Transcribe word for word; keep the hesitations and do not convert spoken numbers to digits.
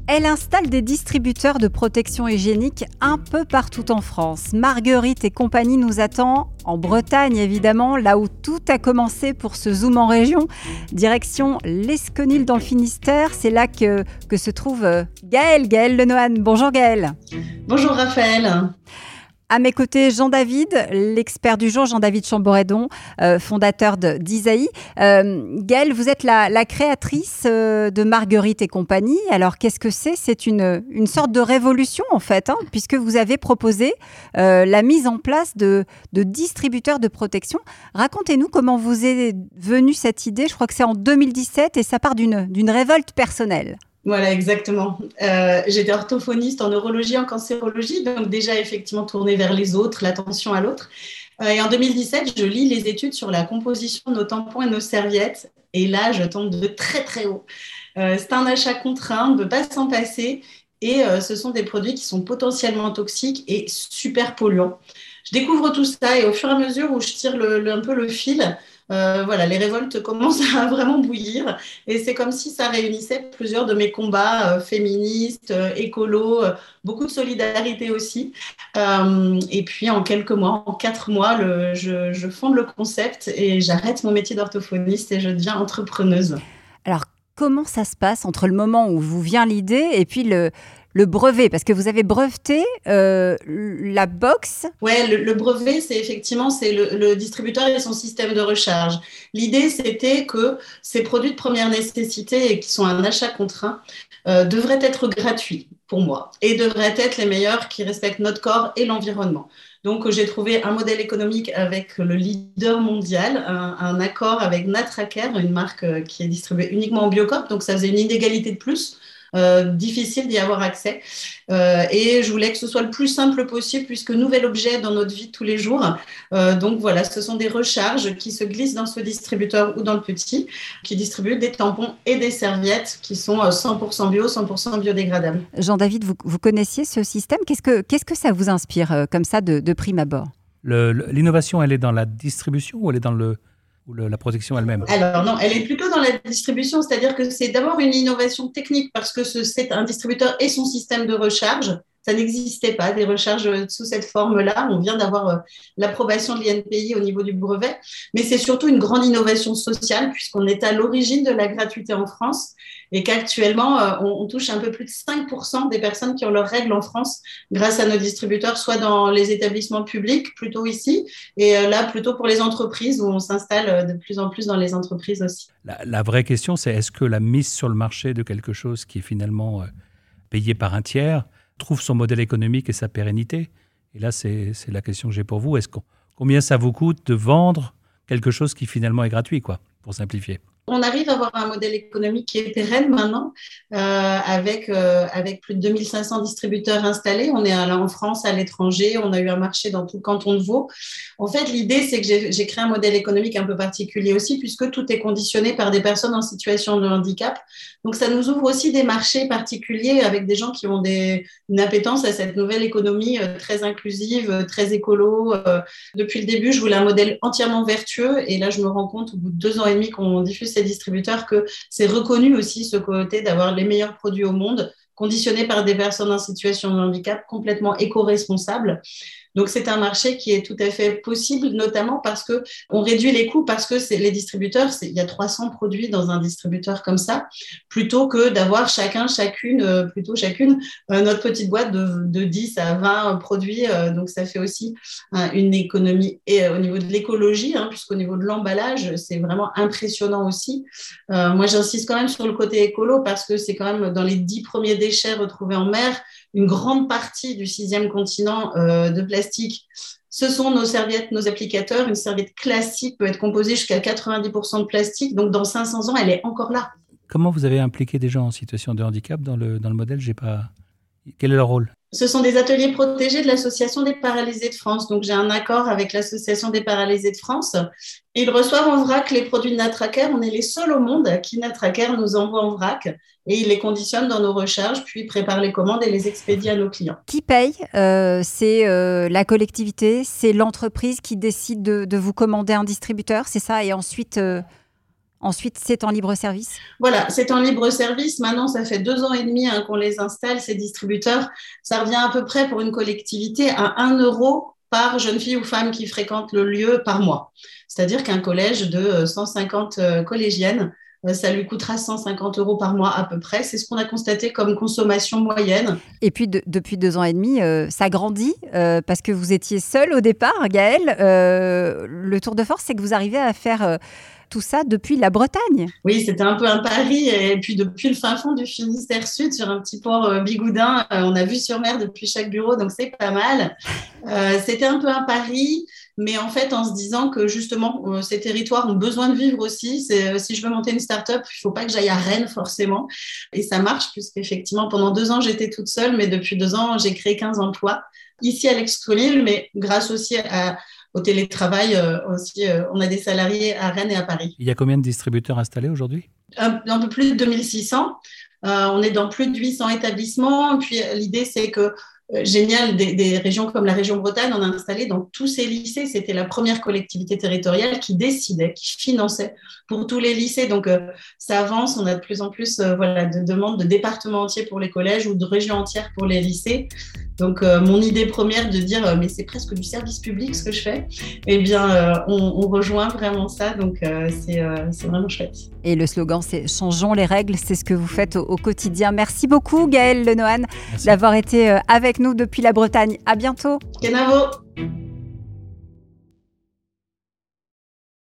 Elle installe des distributeurs de protection hygiénique un peu partout en France. Marguerite et compagnie nous attend en Bretagne, évidemment, là où tout a commencé pour ce zoom en région. Direction l'Esconil dans le Finistère, c'est là que, que se trouve Gaëlle, Gaëlle Lenohan. Bonjour Gaëlle. Bonjour Raphaël. À mes côtés, Jean-David, l'expert du jour, Jean-David Chamboredon, euh, fondateur de, d'Isaïe. Euh, Gaëlle, vous êtes la, la créatrice euh, de Marguerite et compagnie. Alors, qu'est-ce que c'est ? C'est une, une sorte de révolution, en fait, hein, puisque vous avez proposé euh, la mise en place de, de distributeurs de protection. Racontez-nous comment vous est venue cette idée. Je crois que c'est en deux mille dix-sept et ça part d'une, d'une révolte personnelle. Voilà, exactement. Euh, j'étais orthophoniste en neurologie, en cancérologie, donc déjà effectivement tournée vers les autres, l'attention à l'autre. Euh, et en deux mille dix-sept, je lis les études sur la composition de nos tampons et nos serviettes. Et là, je tombe de très, très haut. Euh, c'est un achat contraint, on ne peut pas s'en passer. Et euh, ce sont des produits qui sont potentiellement toxiques et super polluants. Je découvre tout ça et au fur et à mesure où je tire le, le, un peu le fil, Euh, voilà, les révoltes commencent à vraiment bouillir et c'est comme si ça réunissait plusieurs de mes combats euh, féministes, euh, écolos, euh, beaucoup de solidarité aussi. Euh, et puis en quelques mois, en quatre mois, le, je, je fonde le concept et j'arrête mon métier d'orthophoniste et je deviens entrepreneuse. Alors, comment ça se passe entre le moment où vous vient l'idée et puis le... Le brevet, parce que vous avez breveté euh, la box. Ouais, le, le brevet, c'est effectivement c'est le, le distributeur et son système de recharge. L'idée, c'était que ces produits de première nécessité et qui sont un achat contraint euh, devraient être gratuits pour moi et devraient être les meilleurs qui respectent notre corps et l'environnement. Donc, j'ai trouvé un modèle économique avec le leader mondial, un, un accord avec Natraker, une marque qui est distribuée uniquement en Biocoop. Donc, ça faisait une inégalité de plus. Euh, difficile d'y avoir accès euh, et je voulais que ce soit le plus simple possible puisque nouvel objet dans notre vie de tous les jours euh, donc voilà, ce sont des recharges qui se glissent dans ce distributeur ou dans le petit qui distribue des tampons et des serviettes qui sont cent pour cent bio, cent pour cent biodégradables. Jean-David, vous, vous connaissiez ce système, qu'est-ce que, qu'est-ce que ça vous inspire euh, comme ça de, de prime abord? le, le, L'innovation, elle est dans la distribution ou elle est dans le ou le, la protection elle-même? Alors non, elle est plutôt dans la distribution, c'est-à-dire que c'est d'abord une innovation technique parce que ce, c'est un distributeur et son système de recharge. Ça n'existait pas, des recharges sous cette forme-là. On vient d'avoir euh, l'approbation de l'I N P I au niveau du brevet, mais c'est surtout une grande innovation sociale puisqu'on est à l'origine de la gratuité en France et qu'actuellement, euh, on, on touche un peu plus de cinq pour cent des personnes qui ont leurs règles en France grâce à nos distributeurs, soit dans les établissements publics, plutôt ici, et euh, là, plutôt pour les entreprises où on s'installe de plus en plus dans les entreprises aussi. La, la vraie question, c'est est-ce que la mise sur le marché de quelque chose qui est finalement euh, payé par un tiers trouve son modèle économique et sa pérennité? Et là, c'est, c'est la question que j'ai pour vous. Est-ce qu'on, combien ça vous coûte de vendre quelque chose qui finalement est gratuit, quoi, pour simplifier? On arrive à avoir un modèle économique qui est pérenne maintenant, euh, avec, euh, avec plus de deux mille cinq cents distributeurs installés. On est là en France, à l'étranger, on a eu un marché dans tout le canton de Vaud. En fait, l'idée, c'est que j'ai, j'ai créé un modèle économique un peu particulier aussi, puisque tout est conditionné par des personnes en situation de handicap. Donc, ça nous ouvre aussi des marchés particuliers avec des gens qui ont des, une appétence à cette nouvelle économie euh, très inclusive, euh, très écolo. Euh, depuis le début, je voulais un modèle entièrement vertueux. Et là, je me rends compte, au bout de deux ans et demi qu'on diffuse ces distributeurs, que c'est reconnu aussi ce côté d'avoir les meilleurs produits au monde, conditionnés par des personnes en situation de handicap, complètement éco-responsables. Donc, c'est un marché qui est tout à fait possible, notamment parce qu'on réduit les coûts, parce que c'est les distributeurs, c'est, il y a trois cents produits dans un distributeur comme ça, plutôt que d'avoir chacun, chacune, euh, plutôt chacune, euh, notre petite boîte de, de dix à vingt produits. Euh, donc, ça fait aussi hein, une économie et, euh, au niveau de l'écologie, hein, puisqu'au niveau de l'emballage, c'est vraiment impressionnant aussi. Euh, moi, j'insiste quand même sur le côté écolo parce que c'est quand même dans les dix premiers déchets retrouvés en mer, une grande partie du sixième continent euh, de plastique, ce sont nos serviettes, nos applicateurs. Une serviette classique peut être composée jusqu'à quatre-vingt-dix pour cent de plastique. Donc, dans cinq cents ans, elle est encore là. Comment vous avez impliqué des gens en situation de handicap dans le, dans le modèle? J'ai pas... Quel est leur rôle? Ce sont des ateliers protégés de l'Association des paralysés de France. Donc, j'ai un accord avec l'Association des paralysés de France. Et ils reçoivent en vrac les produits de Natraker. On est les seuls au monde à qui Natraker nous envoie en vrac. Et ils les conditionnent dans nos recharges, puis préparent les commandes et les expédient à nos clients. Qui paye euh, C'est euh, la collectivité, c'est l'entreprise qui décide de, de vous commander un distributeur, c'est ça? Et ensuite, euh, Ensuite, c'est en libre service? Voilà, c'est en libre service. Maintenant, ça fait deux ans et demi hein, qu'on les installe, ces distributeurs. Ça revient à peu près pour une collectivité à un euro par jeune fille ou femme qui fréquente le lieu par mois. C'est-à-dire qu'un collège de cent cinquante collégiennes, ça lui coûtera cent cinquante euros par mois à peu près. C'est ce qu'on a constaté comme consommation moyenne. Et puis, de, depuis deux ans et demi, euh, ça grandit euh, parce que vous étiez seule au départ, Gaëlle. Euh, le tour de force, c'est que vous arrivez à faire euh, tout ça depuis la Bretagne. Oui, c'était un peu un pari. Et puis, depuis le fin fond du Finistère Sud, sur un petit port euh, bigoudin, euh, on a vue sur mer depuis chaque bureau, donc c'est pas mal. Euh, c'était un peu un pari. Mais en fait, en se disant que justement, euh, ces territoires ont besoin de vivre aussi. C'est, euh, si je veux monter une start-up, il ne faut pas que j'aille à Rennes forcément. Et ça marche, puisqu'effectivement, pendant deux ans, j'étais toute seule, mais depuis deux ans, j'ai créé quinze emplois ici à l'Exco-Lille, mais grâce aussi à, au télétravail, euh, aussi, euh, on a des salariés à Rennes et à Paris. Il y a combien de distributeurs installés aujourd'hui ? un, un peu plus de deux mille six cents. Euh, on est dans plus de huit cents établissements. Puis l'idée, c'est que Euh, génial, des, des régions comme la région Bretagne, on a installé dans tous ces lycées. C'était la première collectivité territoriale qui décidait, qui finançait pour tous les lycées. Donc, euh, ça avance. On a de plus en plus euh, voilà, de demandes de départements entiers pour les collèges ou de régions entières pour les lycées. Donc, euh, mon idée première de dire euh, mais c'est presque du service public ce que je fais, eh bien, euh, on, on rejoint vraiment ça. Donc, euh, c'est, euh, c'est vraiment chouette. Et le slogan, c'est « Changeons les règles ». C'est ce que vous faites au, au quotidien. Merci beaucoup, Gaëlle Lenohan, d'avoir été avec nous depuis la Bretagne. À bientôt. Kenavo.